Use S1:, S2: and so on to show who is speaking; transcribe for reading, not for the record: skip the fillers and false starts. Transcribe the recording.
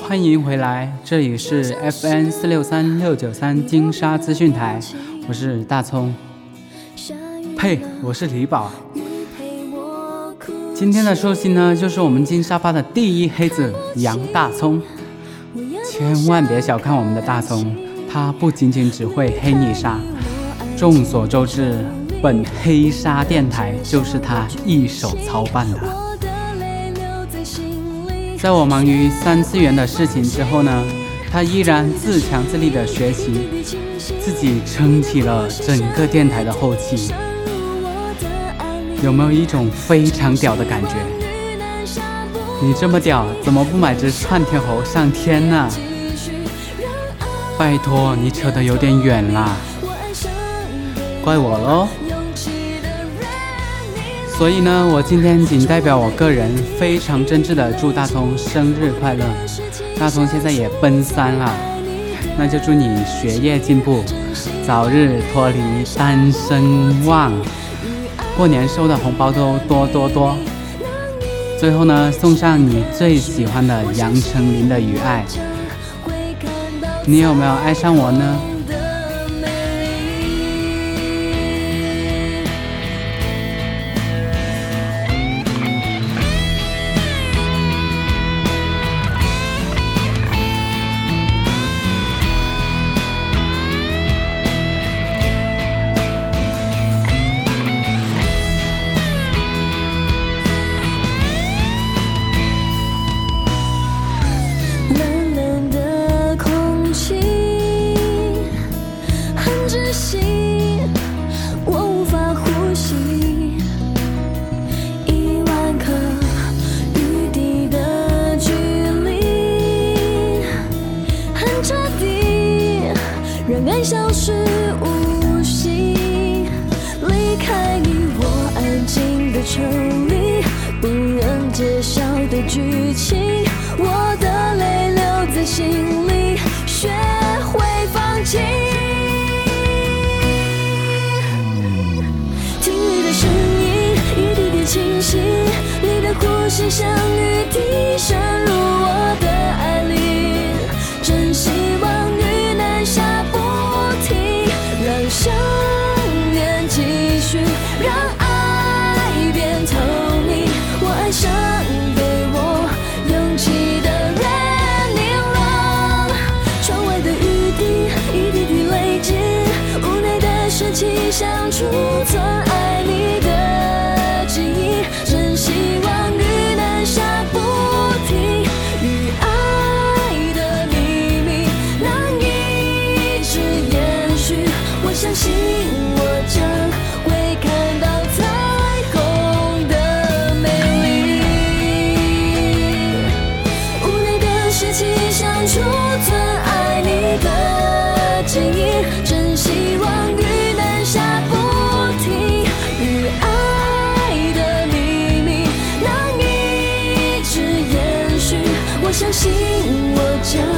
S1: 欢迎回来，这里是 FN463693金沙资讯台，我是大葱。呸，我是李宝。今天的寿星呢，就是我们金沙发的第一黑子杨大葱。千万别小看我们的大葱，他不仅仅只会黑你沙，众所周知，本黑沙电台就是他一手操办的。在我忙于3次元的事情之后呢，他依然自强自立的学习，自己撑起了整个电台的后期。有没有一种非常屌的感觉？你这么屌，怎么不买只窜天猴上天呢？拜托，你扯得有点远啦，怪我咯。所以呢，我今天仅代表我个人非常真挚的祝大葱生日快乐。大葱现在也奔3了，那就祝你学业进步，早日脱离单身汪，过年收的红包都多多多。最后呢，送上你最喜欢的杨丞琳的《雨爱》，你有没有爱上我呢？
S2: 让爱消失无息，离开你我安静的城里，不忍揭晓的剧情，我的泪留在心里，学会放弃。听你的声音一滴滴清晰，你的呼吸像雨滴渗入我的爱里，真希望雨能下不停，让想念继续，让爱变透明。我爱上给我勇气的人，凝望窗外的雨滴一滴滴累积，无奈的是气象储存爱你的记忆，真希望雨能下不停，与爱的秘密能一直延续。我相信我将会看到彩虹的美丽，无奈的是气象储存爱你的记忆，真希望雨能下不停，与爱的秘密能一直延续。我相信我将